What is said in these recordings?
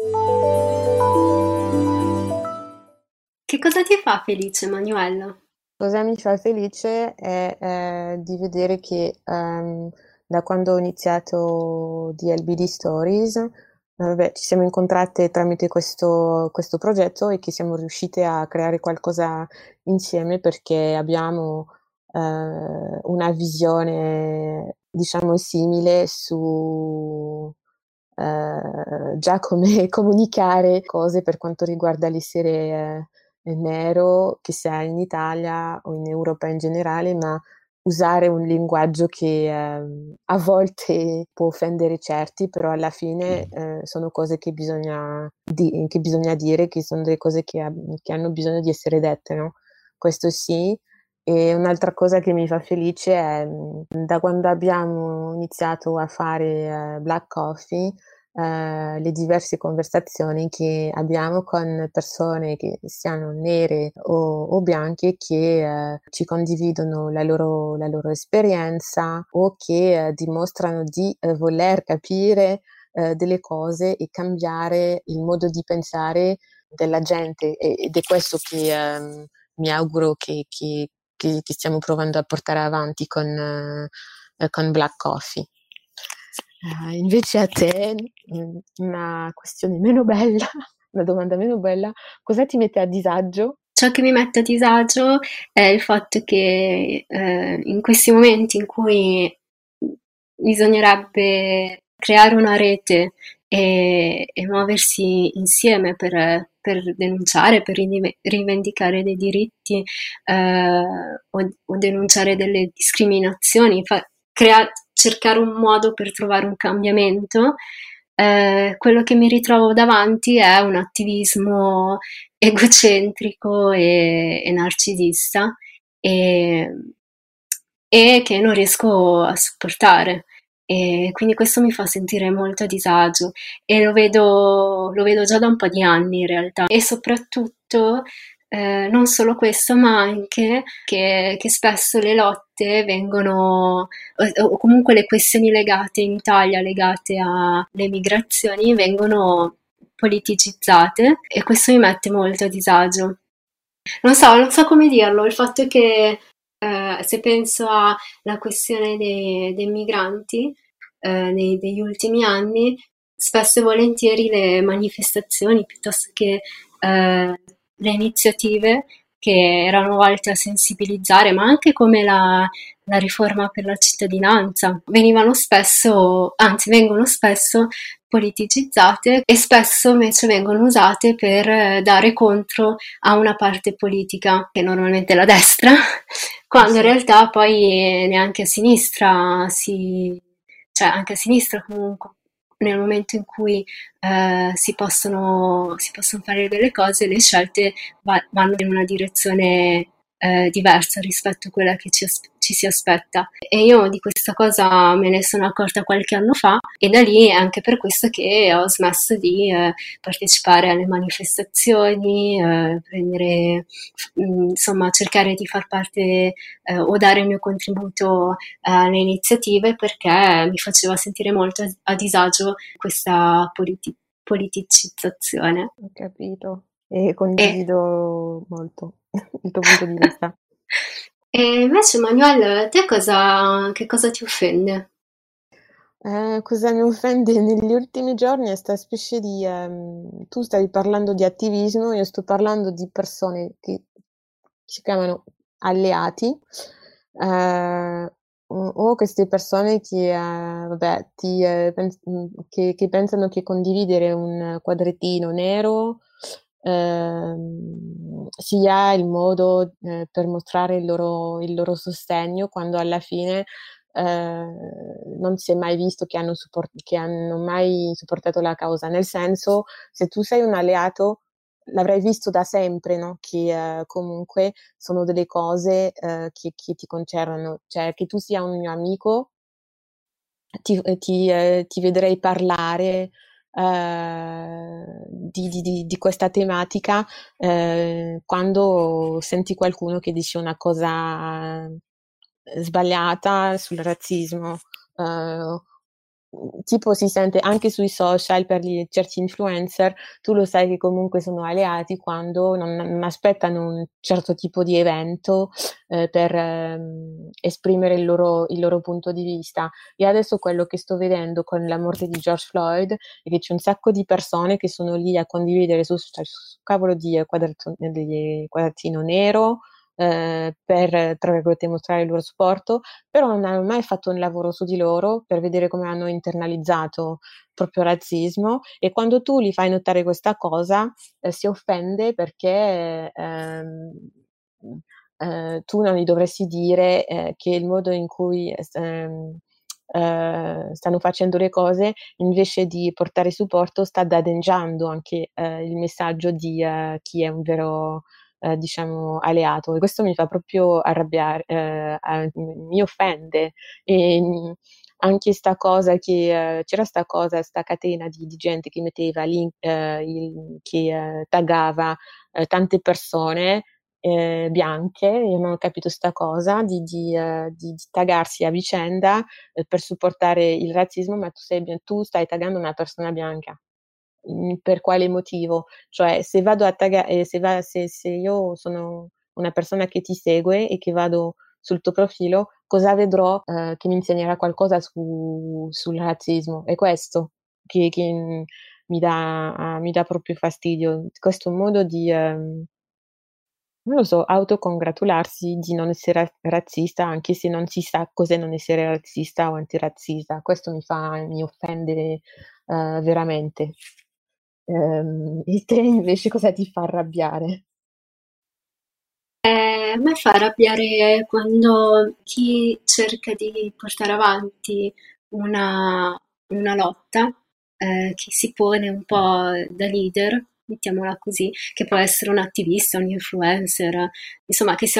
Che cosa ti fa felice, Manuela? Cosa mi fa felice è di vedere che da quando ho iniziato DLBD Stories, vabbè, ci siamo incontrate tramite questo progetto e che siamo riuscite a creare qualcosa insieme perché abbiamo una visione, diciamo, simile su già come comunicare cose per quanto riguarda le serie nero, che sia in Italia o in Europa in generale, ma usare un linguaggio che a volte può offendere certi, però alla fine sono cose che bisogna dire, che sono delle cose che hanno bisogno di essere dette, no? Questo sì. E un'altra cosa che mi fa felice è da quando abbiamo iniziato a fare Black Coffee, le diverse conversazioni che abbiamo con persone che siano nere o bianche che ci condividono la loro esperienza o che dimostrano di voler capire delle cose e cambiare il modo di pensare della gente ed è questo che mi auguro che stiamo provando a portare avanti con Black Coffee. Invece a te, una questione meno bella, una domanda meno bella, cosa ti mette a disagio? Ciò che mi mette a disagio è il fatto che in questi momenti in cui bisognerebbe creare una rete e muoversi insieme per denunciare, per rivendicare dei diritti o denunciare delle discriminazioni, cercare un modo per trovare un cambiamento. Quello che mi ritrovo davanti è un attivismo egocentrico e narcisista e, e che non riesco a supportare. E quindi questo mi fa sentire molto a disagio e lo vedo già da un po' di anni in realtà. E soprattutto non solo questo, ma anche che spesso le lotte vengono, o comunque le questioni legate in Italia, legate alle migrazioni, vengono politicizzate e questo mi mette molto a disagio. Non so come dirlo, il fatto è che se penso alla questione dei migranti degli ultimi anni, spesso e volentieri le manifestazioni piuttosto che le iniziative che erano volte a sensibilizzare, ma anche come la riforma per la cittadinanza, venivano spesso, anzi vengono spesso politicizzate e spesso invece vengono usate per dare contro a una parte politica, che normalmente è la destra, quando in Sì. realtà poi neanche a sinistra cioè anche a sinistra comunque, nel momento in cui si possono fare delle cose, le scelte vanno in una direzione diversa rispetto a quella che ci si aspetta. E io di questa cosa me ne sono accorta qualche anno fa e da lì è anche per questo che ho smesso di partecipare alle manifestazioni, insomma, cercare di far parte o dare il mio contributo alle iniziative perché mi faceva sentire molto a disagio questa politicizzazione. Ho capito e E, condivido molto il tuo punto di vista. e invece, Manuel, a te che cosa ti offende? Cosa mi offende negli ultimi giorni è sta specie di tu stavi parlando di attivismo, io sto parlando di persone che si chiamano alleati, o queste persone che, vabbè, che pensano che condividere un quadrettino nero sia il modo per mostrare il loro sostegno, quando alla fine non si è mai visto che hanno mai supportato la causa. Nel senso, se tu sei un alleato, l'avrei visto da sempre, no? Che comunque sono delle cose che ti concernono. Cioè, che tu sia un mio amico, ti vedrei parlare di questa tematica quando senti qualcuno che dice una cosa sbagliata sul razzismo. tipo si sente anche sui social per certi influencer, tu lo sai che comunque sono alleati quando non aspettano un certo tipo di evento per esprimere il loro punto di vista. E adesso quello che sto vedendo con la morte di George Floyd è che c'è un sacco di persone che sono lì a condividere su cavolo di quadratino nero per, tra virgolette, mostrare il loro supporto, però non hanno mai fatto un lavoro su di loro per vedere come hanno internalizzato proprio razzismo, e quando tu gli fai notare questa cosa si offende perché tu non gli dovresti dire che il modo in cui stanno facendo le cose, invece di portare supporto, sta danneggiando anche il messaggio di chi è un vero diciamo alleato, e questo mi fa proprio arrabbiare, mi offende. E anche sta cosa che c'era sta catena di gente che metteva link, che taggava tante persone bianche, io non ho capito sta cosa di taggarsi a vicenda per supportare il razzismo, ma tu stai taggando una persona bianca. Per quale motivo? Cioè, se vado a taggare, se io sono una persona che ti segue e che vado sul tuo profilo, cosa vedrò che mi insegnerà qualcosa sul razzismo? È questo che mi dà proprio fastidio. Questo modo di, non lo so, autocongratularsi di non essere razzista, anche se non si sa cos'è non essere razzista o antirazzista. Questo mi offende veramente. E te invece cosa ti fa arrabbiare? A me fa arrabbiare quando chi cerca di portare avanti una, una lotta, chi si pone un po' da leader, mettiamola così, che può essere un attivista, un influencer, insomma, che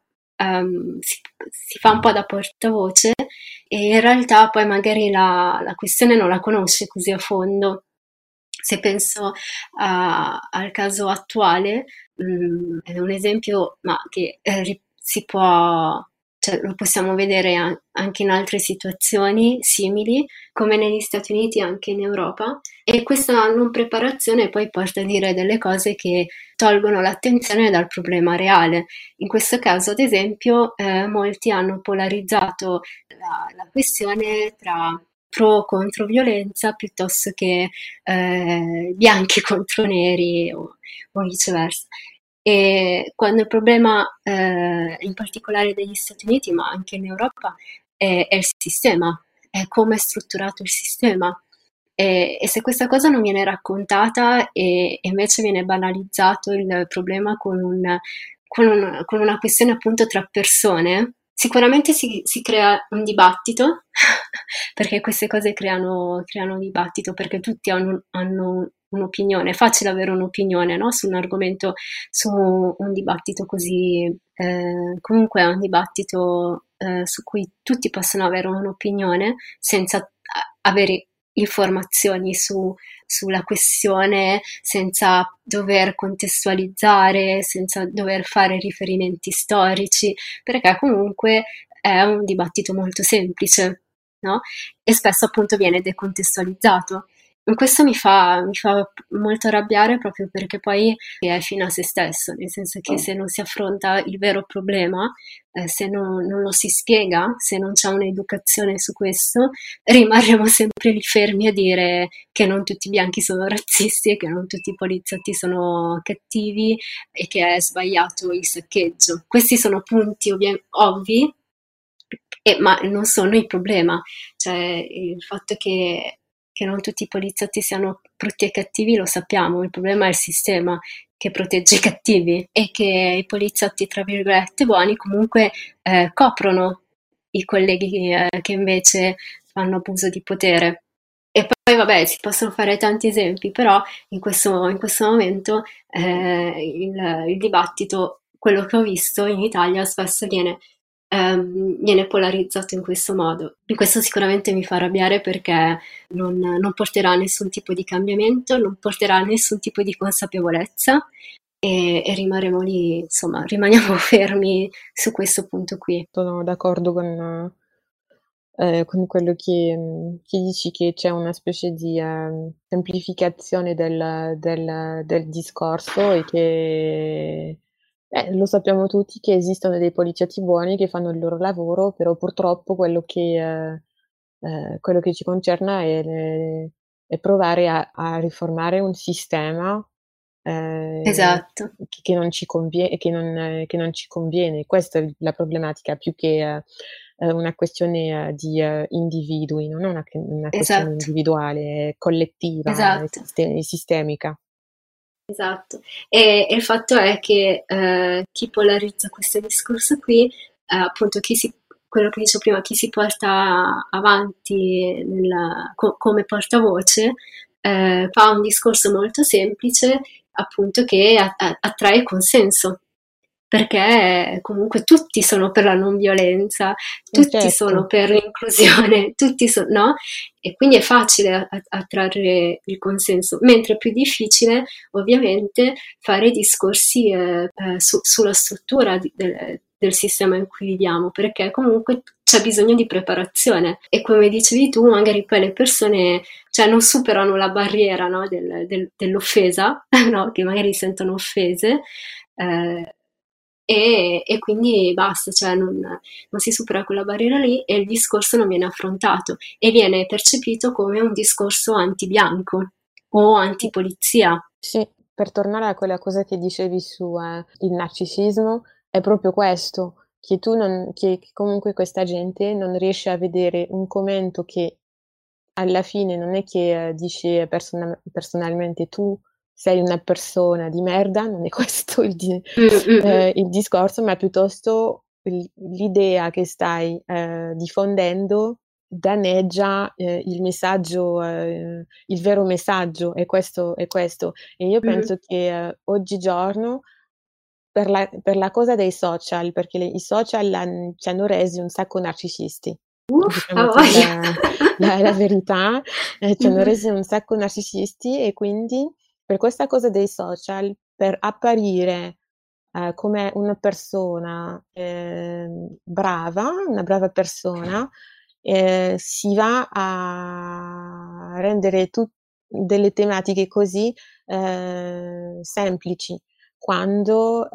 si fa un po' da portavoce e in realtà poi magari la questione non la conosce così a fondo. Se penso al caso attuale, è un esempio, ma che si può, cioè, lo possiamo vedere anche in altre situazioni simili, come negli Stati Uniti, anche in Europa, e questa non preparazione poi porta a dire delle cose che tolgono l'attenzione dal problema reale. In questo caso, ad esempio, molti hanno polarizzato la questione tra pro contro violenza piuttosto che bianchi contro neri o viceversa. E quando il problema, in particolare degli Stati Uniti, ma anche in Europa, è il sistema, è come è strutturato il sistema. E se questa cosa non viene raccontata e invece viene banalizzato il problema con una questione appunto tra persone, sicuramente si crea un dibattito, perché queste cose creano dibattito, perché tutti hanno un'opinione, è facile avere un'opinione, no? Su un argomento, su un dibattito così, comunque è un dibattito su cui tutti possono avere un'opinione senza avere informazioni sulla questione, senza dover contestualizzare, senza dover fare riferimenti storici, perché comunque è un dibattito molto semplice, no? E spesso appunto viene decontestualizzato. Questo mi fa molto arrabbiare proprio perché poi è fine a se stesso, nel senso che se non si affronta il vero problema, se non lo si spiega, se non c'è un'educazione su questo, rimarremo sempre lì fermi a dire che non tutti i bianchi sono razzisti e che non tutti i poliziotti sono cattivi e che è sbagliato il saccheggio. Questi sono punti ovvi, ma non sono il problema. Cioè, il fatto che non tutti i poliziotti siano brutti e cattivi lo sappiamo, il problema è il sistema che protegge i cattivi e che i poliziotti, tra virgolette, buoni comunque coprono i colleghi che invece fanno abuso di potere. E poi vabbè, si possono fare tanti esempi, però in questo momento il dibattito, quello che ho visto in Italia, spesso viene polarizzato in questo modo. E questo sicuramente mi fa arrabbiare perché non porterà a nessun tipo di cambiamento, non porterà a nessun tipo di consapevolezza e rimarremo lì, insomma, rimaniamo fermi su questo punto qui. Sono d'accordo con con quello che dici, che c'è una specie di semplificazione del discorso e che lo sappiamo tutti che esistono dei poliziotti buoni che fanno il loro lavoro, però purtroppo quello che ci concerne è provare a riformare un sistema ehm, Esatto, che non ci che non ci conviene. Questa è la problematica, più che una questione di individui, non è una questione esatto, individuale, è collettiva, esatto. è sistemica. Esatto. E il fatto è che chi polarizza questo discorso qui, appunto, quello che dicevo prima, chi si porta avanti come portavoce, fa un discorso molto semplice, appunto, che attrae consenso. Perché comunque tutti sono per la non violenza, tutti sono Certo, per l'inclusione, no? E quindi è facile attrarre il consenso, mentre è più difficile ovviamente fare discorsi sulla struttura del sistema in cui viviamo, perché comunque c'è bisogno di preparazione e come dicevi tu, magari poi le persone cioè, non superano la barriera no, dell'offesa, no? Che magari si sentono offese. eh, e quindi basta, cioè non si supera quella barriera lì e il discorso non viene affrontato e viene percepito come un discorso anti-bianco o sì. anti-polizia. Sì, per tornare a quella cosa che dicevi su, il narcisismo, è proprio questo, che comunque questa gente non riesce a vedere un commento che alla fine non è che dice personalmente: "Tu sei una persona di merda", non è questo Mm, mm, mm. il discorso, ma piuttosto l'idea che stai, diffondendo danneggia, il messaggio il vero messaggio è questo. E io Mhm. penso che, oggigiorno per la cosa dei social, perché i social ci hanno resi un sacco narcisisti. Ha Diciamoci voglia. la verità, ci hanno Mhm, resi un sacco narcisisti e quindi per questa cosa dei social, per apparire, come una persona, brava, una brava persona, si va a rendere delle tematiche così, semplici, quando,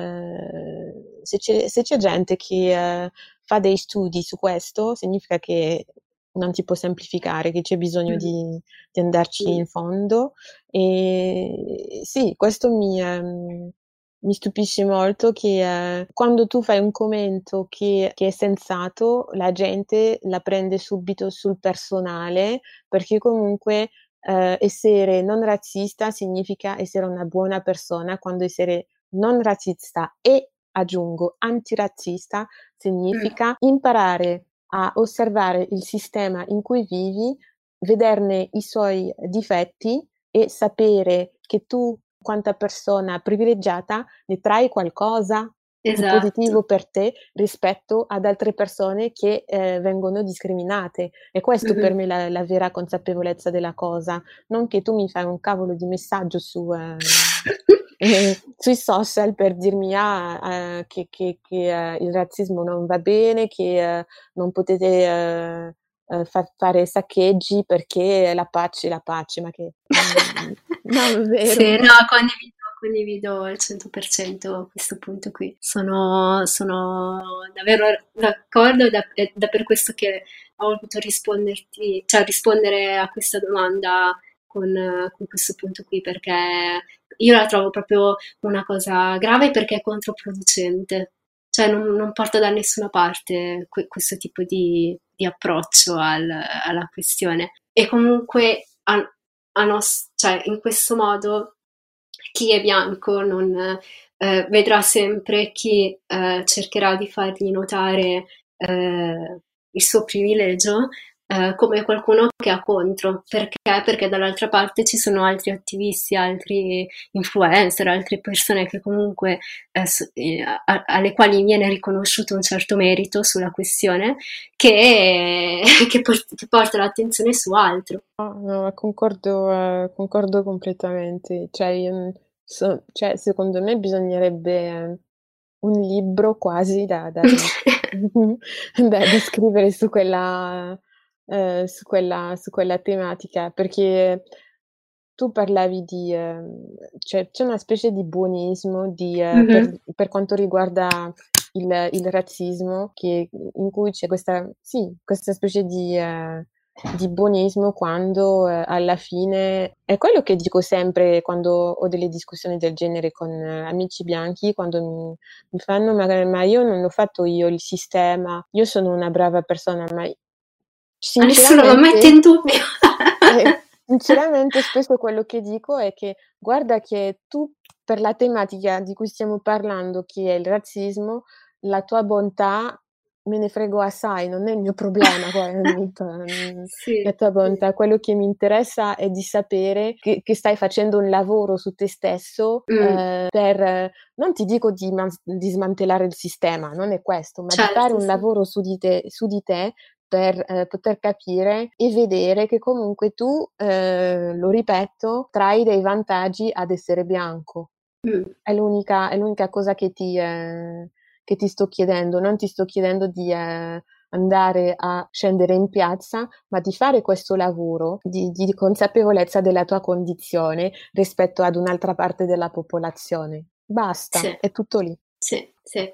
se c'è gente che, fa dei studi su questo, significa che non si può semplificare, che c'è bisogno mhm, di andarci mm. in fondo. Sì, questo mi stupisce molto che, quando tu fai un commento che è sensato, la gente la prende subito sul personale, perché comunque, essere non razzista significa essere una buona persona, quando essere non razzista e, aggiungo, antirazzista, Mm. significa imparare a osservare il sistema in cui vivi, vederne i suoi difetti e sapere che tu, quanta persona privilegiata, ne trai qualcosa di Esatto. positivo per te rispetto ad altre persone che, vengono discriminate. E questo per Mhm. me è la vera consapevolezza della cosa, non che tu mi fai un cavolo di messaggio sui social per dirmi: "Ah, che il razzismo non va bene, che non potete, fare saccheggi perché la pace", ma che no, è Sì, vero. no, condivido al 100% questo punto qui. Sono davvero d'accordo ed è per questo che ho voluto risponderti, cioè rispondere a questa domanda con questo punto qui, perché io la trovo proprio una cosa grave perché è controproducente, cioè non porta da nessuna parte questo tipo di approccio alla questione. E comunque cioè, in questo modo chi è bianco non vedrà sempre chi cercherà di fargli notare il suo privilegio come qualcuno che ha contro. Perché? Perché dall'altra parte ci sono altri attivisti, altri influencer, altre persone che comunque alle quali viene riconosciuto un certo merito sulla questione che, che porta l'attenzione su altro. No, no, concordo completamente. Cioè, cioè, secondo me bisognerebbe un libro quasi da descrivere su quella tematica, perché tu parlavi di c'è una specie di buonismo Mhm. per quanto riguarda il razzismo in cui c'è questa specie di buonismo quando alla fine è quello che dico sempre quando ho delle discussioni del genere con amici bianchi, quando mi fanno magari: "Ma io non l'ho fatto io il sistema, io sono una brava persona", ma Ma nessuno lo mette sinceramente in dubbio. sinceramente spesso quello che dico è che guarda che tu per la tematica di cui stiamo parlando, che è il razzismo, la tua bontà me ne frego assai, non è il mio problema Sì, la tua sì. bontà. Quello che mi interessa è di sapere che stai facendo un lavoro su te stesso, Mm, per non ti dico di smantellare il sistema, non è questo, ma di fare certo, un sì. lavoro su di te per, poter capire e vedere che comunque tu, lo ripeto, trai dei vantaggi ad essere bianco. Mm, È l'unica cosa che ti sto chiedendo. Non ti sto chiedendo di, andare a scendere in piazza, ma di fare questo lavoro di consapevolezza della tua condizione rispetto ad un'altra parte della popolazione. Basta, sì, è tutto lì. sì, sì.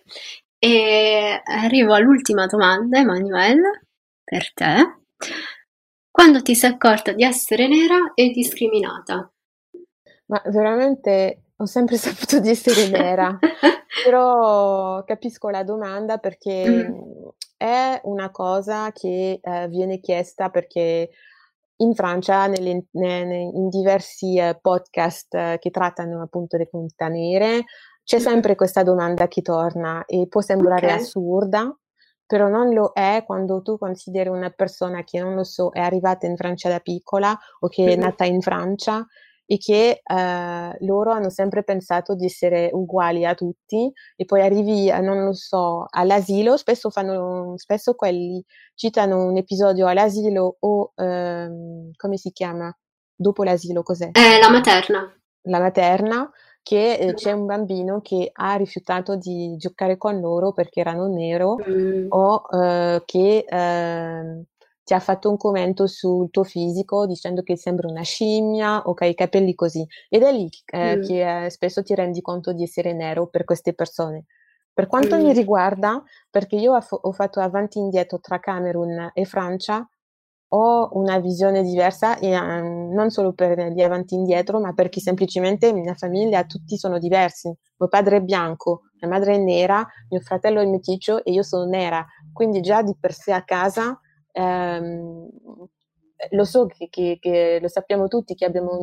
E arrivo all'ultima domanda, Emanuele, per te. Quando ti sei accorta di essere nera e discriminata? Ma veramente ho sempre saputo di essere nera, però capisco la domanda perché, Mhm, è una cosa che, viene chiesta perché in Francia in diversi, podcast che trattano appunto le comunità nere, c'è mhm. sempre questa domanda che torna e può Ok. sembrare assurda, però non lo è quando tu consideri una persona che, non lo so, è arrivata in Francia da piccola o che è Mhm, nata in Francia e che loro hanno sempre pensato di essere uguali a tutti e poi arrivi, non lo so, all'asilo, spesso quelli citano un episodio all'asilo o come si chiama? Dopo l'asilo, cos'è? La materna. La materna, che c'è Mhm. un bambino che ha rifiutato di giocare con loro perché erano nero Mm, o che ti ha fatto un commento sul tuo fisico dicendo che sembri una scimmia o che hai i capelli così. Ed è lì mm, che spesso ti rendi conto di essere nero per queste persone. Per quanto mi mm, riguarda, perché io ho fatto avanti e indietro tra Camerun e Francia, ho una visione diversa e, non solo per gli avanti e indietro, ma perché semplicemente in mia famiglia tutti sono diversi. Mio padre è bianco, mia madre è nera, mio fratello è meticcio e io sono nera. Quindi già di per sé a casa, ehm, lo so che lo sappiamo tutti che abbiamo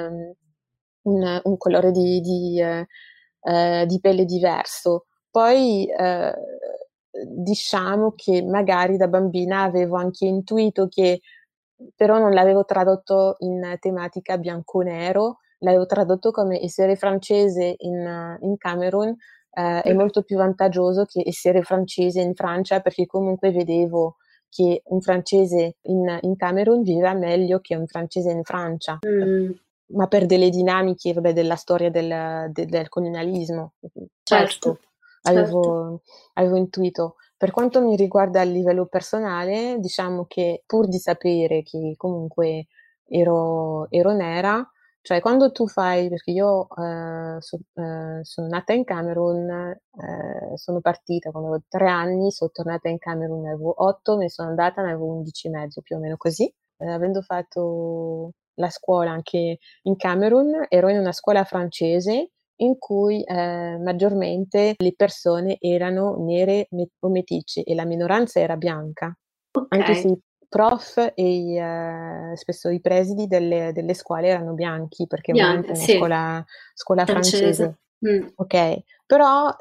un colore di pelle diverso. Poi, diciamo che magari da bambina avevo anche intuito che però non l'avevo tradotto in tematica bianco-nero, l'avevo tradotto come essere francese in Camerun, è mhm, molto più vantaggioso che essere francese in Francia, perché comunque vedevo che un francese in Camerun viveva meglio che un francese in Francia, mm. ma per delle dinamiche, vabbè, della storia del colonialismo. Certo, Questo certo. avevo intuito. Per quanto mi riguarda a livello personale, diciamo che pur di sapere che comunque ero nera, cioè quando tu fai perché io, sono nata in Camerun, sono partita quando avevo 3 anni, son tornata in Camerun, ne avevo 8, me ne sono andata, ne avevo 11 e mezzo, più o meno così. Avendo fatto la scuola anche in Camerun, ero in una scuola francese in cui, maggiormente le persone erano nere o meticce e la minoranza era bianca, Ok, anche se i prof e spesso i presidi delle scuole erano bianchi, perché ovviamente bianca, è una sì, scuola francese. francese, Mm, okay. Però,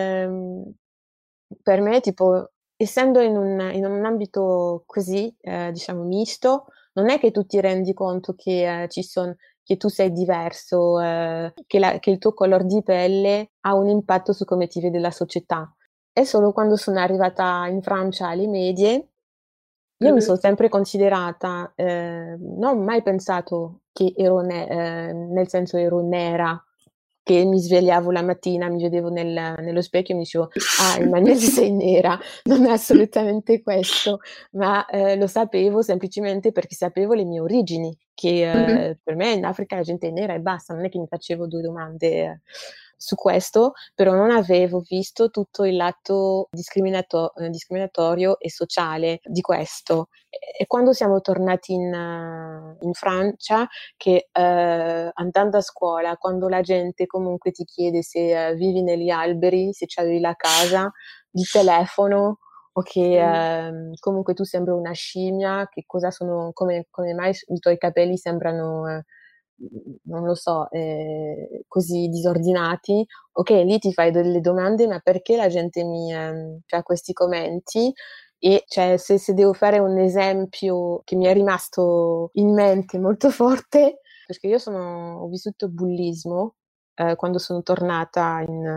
per me tipo, essendo in un ambito così, diciamo misto, non è che tu ti rendi conto che tu sei diverso, che il tuo color di pelle ha un impatto su come ti vede la società. È solo quando sono arrivata in Francia alle medie, io mi mhm, son sempre considerata, non ho mai pensato che ero nel senso ero nera, che mi svegliavo la mattina, mi vedevo nello specchio e mi dicevo: "Ah, Emanuele sei nera." Non è assolutamente questo, ma lo sapevo semplicemente perché sapevo le mie origini, Mh-mh. che per me in Africa la gente è nera e basta, non è che mi facevo 2 domande su questo, però non avevo visto tutto il lato discriminatorio e sociale di questo. E quando siamo tornati in Francia, che andando a scuola, quando la gente comunque ti chiede se vivi negli alberi, se c'avevi la casa, il telefono o che comunque tu sembri una scimmia, che cosa sono, come mai i tuoi capelli sembrano, non lo so, così disordinati. Ok, lì ti fai delle domande, ma perché la gente fa questi commenti? E cioè, se devo fare un esempio che mi è rimasto in mente molto forte, perché ho vissuto bullismo quando sono tornata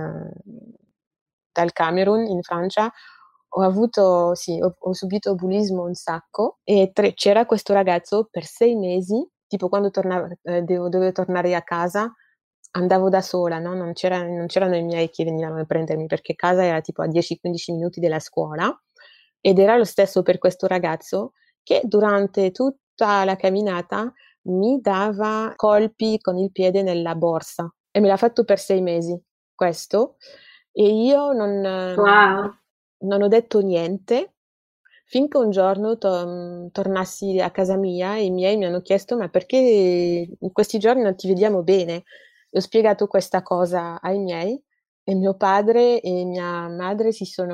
dal Camerun in Francia, ho subito bullismo un sacco e c'era questo ragazzo per 6 mesi, tipo quando dovevo tornare a casa, andavo da sola, no? Non c'erano i miei che venivano a prendermi perché casa era tipo a 10-15 minuti della scuola ed era lo stesso per questo ragazzo che durante tutta la camminata mi dava colpi con il piede nella borsa e me l'ha fatto per 6 mesi questo e io Wow. non ho detto niente finché un giorno tornassi a casa mia e i miei mi hanno chiesto: "Ma perché in questi giorni non ti vediamo bene?" E ho spiegato questa cosa ai miei e mio padre e mia madre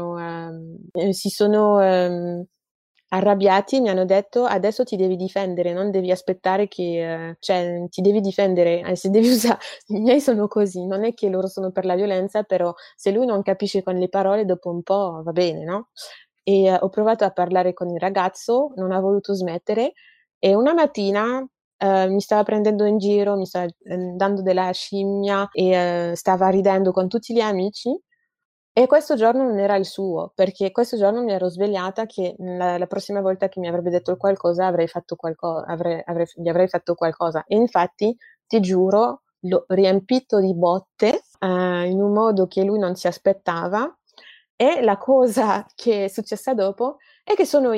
si sono arrabbiati e mi hanno detto: "Adesso ti devi difendere, non devi aspettare che cioè ti devi difendere, se devi usa" i miei sono così, non è che loro sono per la violenza, però se lui non capisce con le parole dopo un po' va bene, no? E ho provato a parlare con il ragazzo, non ha voluto smettere e una mattina mi stava prendendo in giro, mi stava dando della scimmia e stava ridendo con tutti gli amici e questo giorno non era il suo, perché questo giorno mi ero svegliata che la prossima volta che mi avrebbe detto qualcosa gli avrei fatto qualcosa. E infatti, ti giuro, l'ho riempito di botte in un modo che lui non si aspettava. E la cosa che è successa dopo è che sono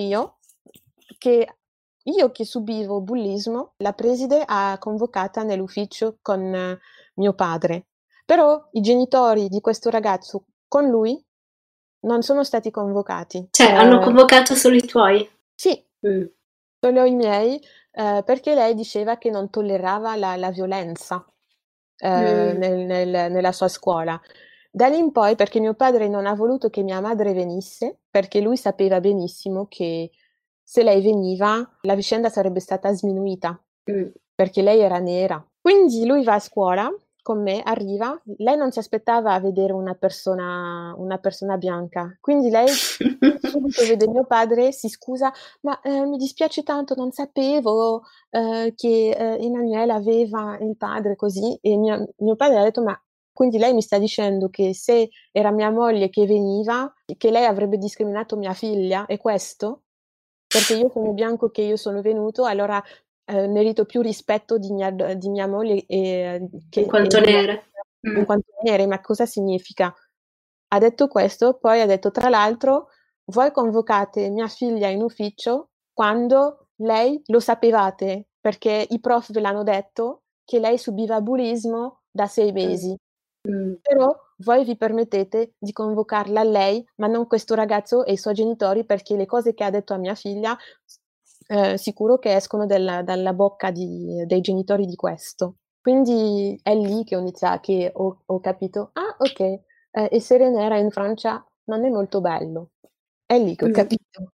io che subivo bullismo, la preside ha convocata nell'ufficio con mio padre. Però i genitori di questo ragazzo con lui non sono stati convocati. Cioè, hanno convocato solo i tuoi? Sì, Mh. solo i miei, perché lei diceva che non tollerava la violenza Mh. nella sua scuola. Da lì in poi, perché mio padre non ha voluto che mia madre venisse, perché lui sapeva benissimo che se lei veniva la vicenda sarebbe stata sminuita, Mh. perché lei era nera. Quindi lui va a scuola con me, arriva, lei non si aspettava a vedere una persona bianca, quindi lei subito vede mio padre, si scusa: "Ma, mi dispiace tanto, non sapevo, che, Emanuela aveva il padre così." E mio padre ha detto: "Ma quindi lei mi sta dicendo che se era mia moglie che veniva, che lei avrebbe discriminato mia figlia, è questo? Perché io sono bianco che io sono venuto, allora, merito più rispetto di mia moglie, In che quanto di mia nere. figlia in quanto nere." Ma cosa significa? Ha detto questo, poi ha detto: "Tra l'altro voi convocate mia figlia in ufficio quando lei lo sapevate, perché i prof ve l'hanno detto che lei subiva bullismo da 6 Mh. mesi. Mh. Però voi vi permettete di convocarla lei, ma non questo ragazzo e i suoi genitori, perché le cose che ha detto a mia figlia sicuro che escono dalla bocca dei genitori di questo." Quindi è lì che ho capito: "Ah okay, essere nera in Francia non è molto bello." È lì che ho Mh. capito.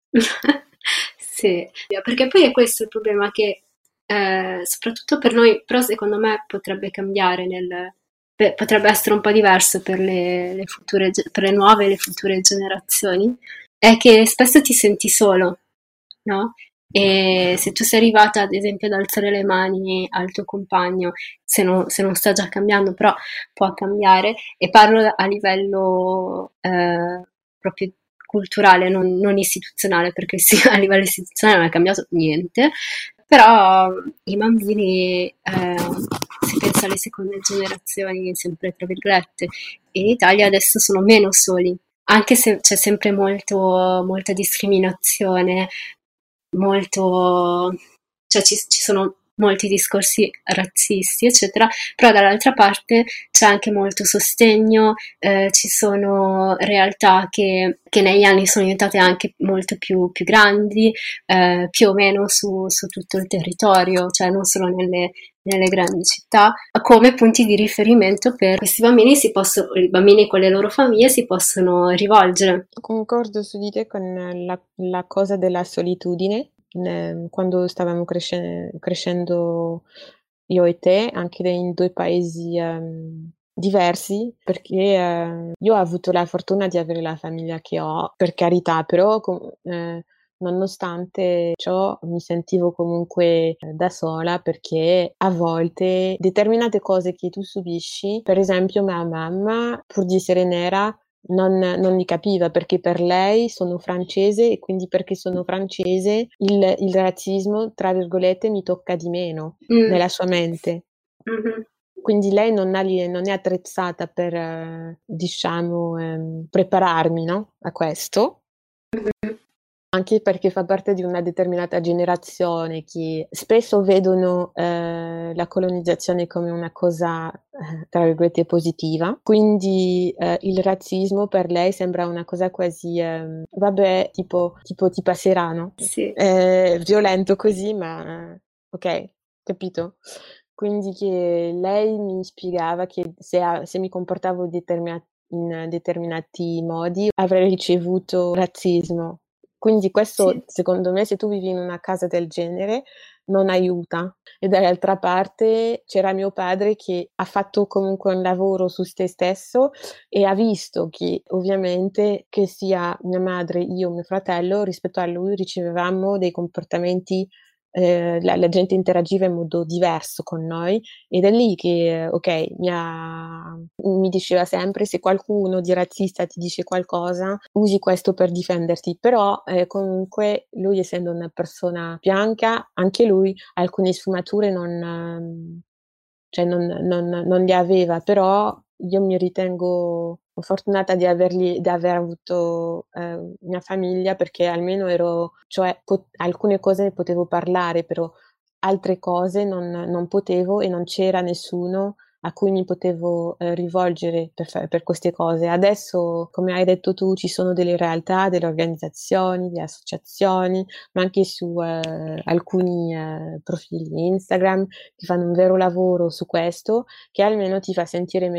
Sì, perché poi è questo il problema che, soprattutto per noi, però secondo me potrebbe cambiare potrebbe essere un po' diverso per le future, per le nuove e le future generazioni, è che spesso ti senti solo, no? E se tu sei arrivata, ad esempio, ad alzare le mani al tuo compagno, se non sta già cambiando, però può cambiare, e parlo a livello proprio culturale, non istituzionale, perché sì, a livello istituzionale non è cambiato niente, però i bambini, se pensi penso alle seconde generazioni, sempre tra virgolette, in Italia adesso sono meno soli, anche se c'è sempre molta discriminazione, molto, cioè ci sono molti discorsi razzisti, eccetera, però dall'altra parte c'è anche molto sostegno, ci sono realtà che negli anni sono diventate anche molto più grandi, più o meno su tutto il territorio, cioè non solo nelle grandi città, come punti di riferimento per questi bambini i bambini con le loro famiglie si possono rivolgere. Concordo su di te con la cosa della solitudine. Quando stavamo crescendo io e te, anche in due paesi diversi, perché io ho avuto la fortuna di avere la famiglia che ho, per carità, però nonostante ciò mi sentivo comunque da sola, perché a volte determinate cose che tu subisci, per esempio mia mamma, pur di essere nera, non li capiva, perché per lei sono francese e quindi perché sono francese il razzismo, tra virgolette, mi tocca di meno Mm, nella sua mente. mhm. Quindi lei non è attrezzata per, diciamo, prepararmi, no, a questo. Anche perché fa parte di una determinata generazione che spesso vedono la colonizzazione come una cosa, tra virgolette, positiva. Quindi il razzismo per lei sembra una cosa quasi, vabbè, tipo ti passerà, no? Sì, Violento così, ma ok, capito? Quindi che lei mi spiegava che se mi comportavo in determinati modi avrei ricevuto razzismo. Quindi questo, sì. secondo me, se tu vivi in una casa del genere, non aiuta. E dall'altra parte c'era mio padre che ha fatto comunque un lavoro su se stesso e ha visto che ovviamente che sia mia madre, io, mio fratello, rispetto a lui ricevevamo dei comportamenti, la gente interagiva in modo diverso con noi ed è lì che, ok, mi diceva sempre se qualcuno di razzista ti dice qualcosa, usi questo per difenderti, però comunque lui essendo una persona bianca, anche lui alcune sfumature cioè non li aveva, però io mi ritengo fortunata di aver avuto una famiglia perché almeno cioè alcune cose ne potevo parlare, però altre cose non potevo e non c'era nessuno a cui mi potevo rivolgere per queste cose. Adesso, come hai detto tu, ci sono delle realtà, delle organizzazioni, delle associazioni, ma anche su alcuni profili Instagram che fanno un vero lavoro su questo, che almeno ti fa sentire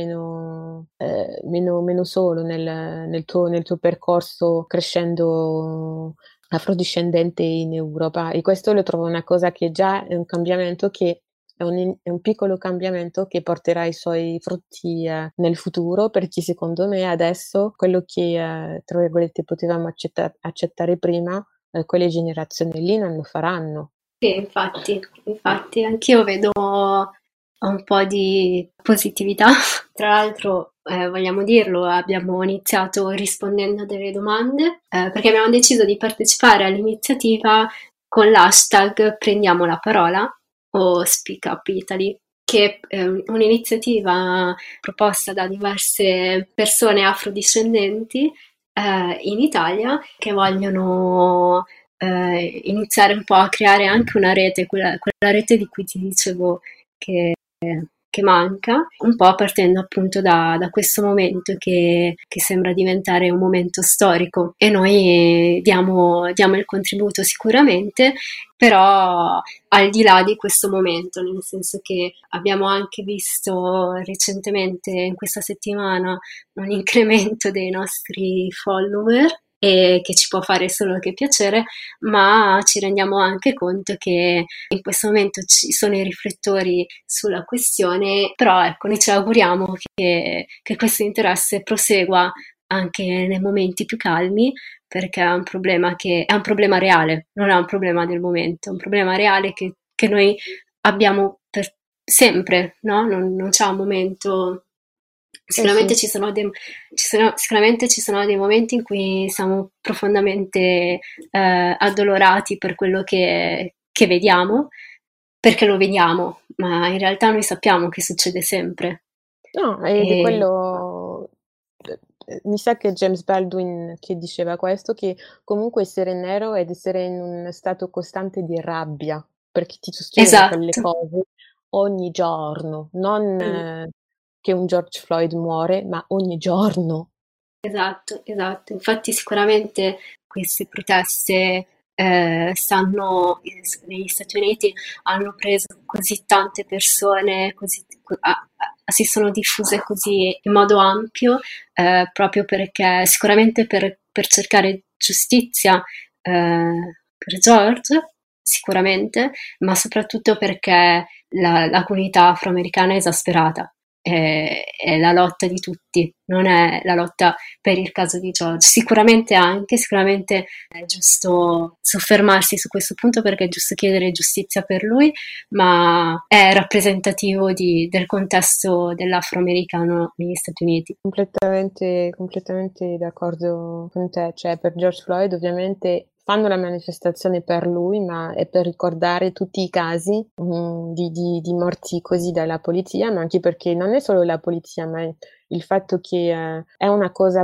meno solo nel tuo percorso crescendo afrodiscendente in Europa. E questo lo trovo una cosa che già è un cambiamento è un piccolo cambiamento che porterà i suoi frutti nel futuro, perché secondo me adesso quello che, tra virgolette, potevamo accettare prima, quelle generazioni lì non lo faranno. Sì, infatti anch'io vedo un po' di positività. Tra l'altro, vogliamo dirlo, abbiamo iniziato rispondendo a delle domande, perché abbiamo deciso di partecipare all'iniziativa con l'hashtag Prendiamo la parola o Speak Up Italy, che è un'iniziativa proposta da diverse persone afrodiscendenti in Italia che vogliono iniziare un po' a creare anche una rete, quella rete di cui ti dicevo che, che manca, un po' partendo appunto da questo momento che sembra diventare un momento storico e noi diamo il contributo sicuramente, però al di là di questo momento, nel senso che abbiamo anche visto recentemente in questa settimana un incremento dei nostri follower e che ci può fare solo che piacere, ma ci rendiamo anche conto che in questo momento ci sono i riflettori sulla questione, però ecco, noi ci auguriamo che questo interesse prosegua anche nei momenti più calmi, perché è un problema che è un problema reale, non è un problema del momento, è un problema reale che noi abbiamo per sempre, no? Non c'è un momento. Eh sì. Sicuramente ci sono dei momenti in cui siamo profondamente addolorati per quello che vediamo, perché lo vediamo, ma in realtà noi sappiamo che succede sempre. No, e di E, quello mi sa che James Baldwin che diceva questo, che comunque essere nero ed essere in un stato costante di rabbia, perché ti succedono quelle esatto. cose ogni giorno, non Mm. che un George Floyd muore, ma ogni giorno. Esatto, esatto. Infatti sicuramente queste proteste negli Stati Uniti hanno preso così tante persone, si sono diffuse così in modo ampio, proprio perché sicuramente per cercare giustizia per George, sicuramente, ma soprattutto perché la comunità afroamericana è esasperata. È la lotta di tutti, non è la lotta per il caso di George. Sicuramente è giusto soffermarsi su questo punto perché è giusto chiedere giustizia per lui, ma è rappresentativo del contesto dell'afroamericano negli Stati Uniti. Completamente d'accordo con te, cioè per George Floyd ovviamente fanno la manifestazione per lui, ma è per ricordare tutti i casi di morti così dalla polizia, ma anche perché non è solo la polizia, ma è il fatto che è una cosa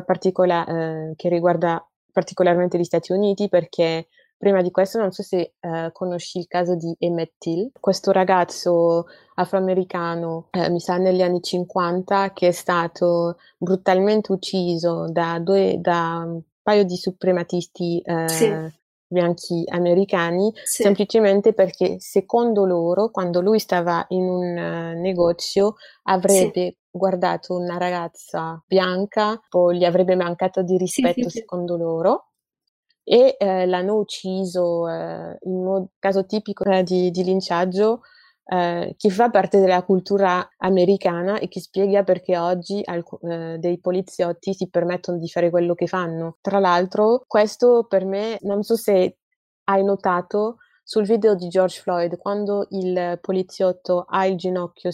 che riguarda particolarmente gli Stati Uniti, perché prima di questo non so se conosci il caso di Emmett Till, questo ragazzo afroamericano, mi sa negli anni 50, che è stato brutalmente ucciso da un paio di suprematisti Sì, bianchi americani, sì, semplicemente perché secondo loro, quando lui stava in un negozio, sì, avrebbe guardato una ragazza bianca, poi gli avrebbe mancato di sì, sì, rispetto sì. secondo loro e l'hanno ucciso caso tipico di linciaggio, che fa parte della cultura americana e che spiega perché oggi dei poliziotti si permettono di fare quello che fanno. Tra l'altro, questo per me, non so se hai notato sul video di George Floyd, quando il poliziotto ha il ginocchio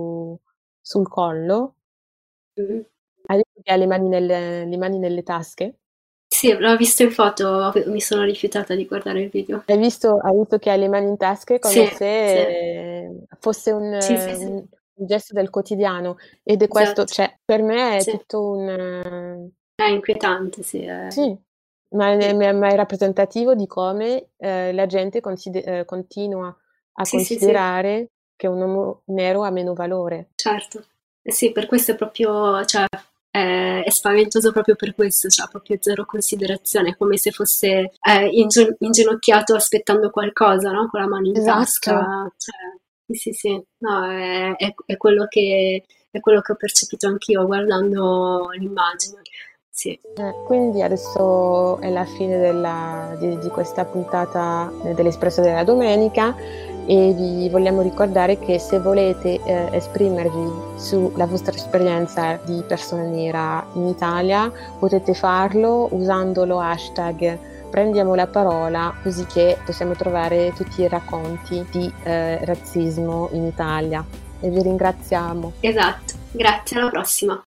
sul collo, Mhm. hai visto che ha le mani nelle tasche? Sì, l'ho visto in foto, mi sono rifiutata di guardare il video. Hai visto che ha le mani in tasche come Sì, sì, se fosse sì, sì, sì, un gesto del quotidiano ed è questo, esatto. cioè per me è Sì, tutto è inquietante, sì. sì, ma è rappresentativo di come la gente continua a Sì, sì, sì. considerare che un uomo nero ha meno valore. Certo. Eh sì, per questo è proprio, cioè, è spaventoso proprio per questo, cioè, proprio zero considerazione, come se fosse inginocchiato aspettando qualcosa, no? Con la mano in Esatto. tasca. Cioè, sì, sì, sì. No, è quello che ho percepito anch'io guardando l'immagine. Sì. Quindi adesso è la fine di questa puntata dell'Espresso della Domenica e vi vogliamo ricordare che se volete esprimervi sulla vostra esperienza di persona nera in Italia potete farlo usando lo hashtag Prendiamo la parola, così che possiamo trovare tutti i racconti di razzismo in Italia. E vi ringraziamo. Esatto. Grazie, alla prossima.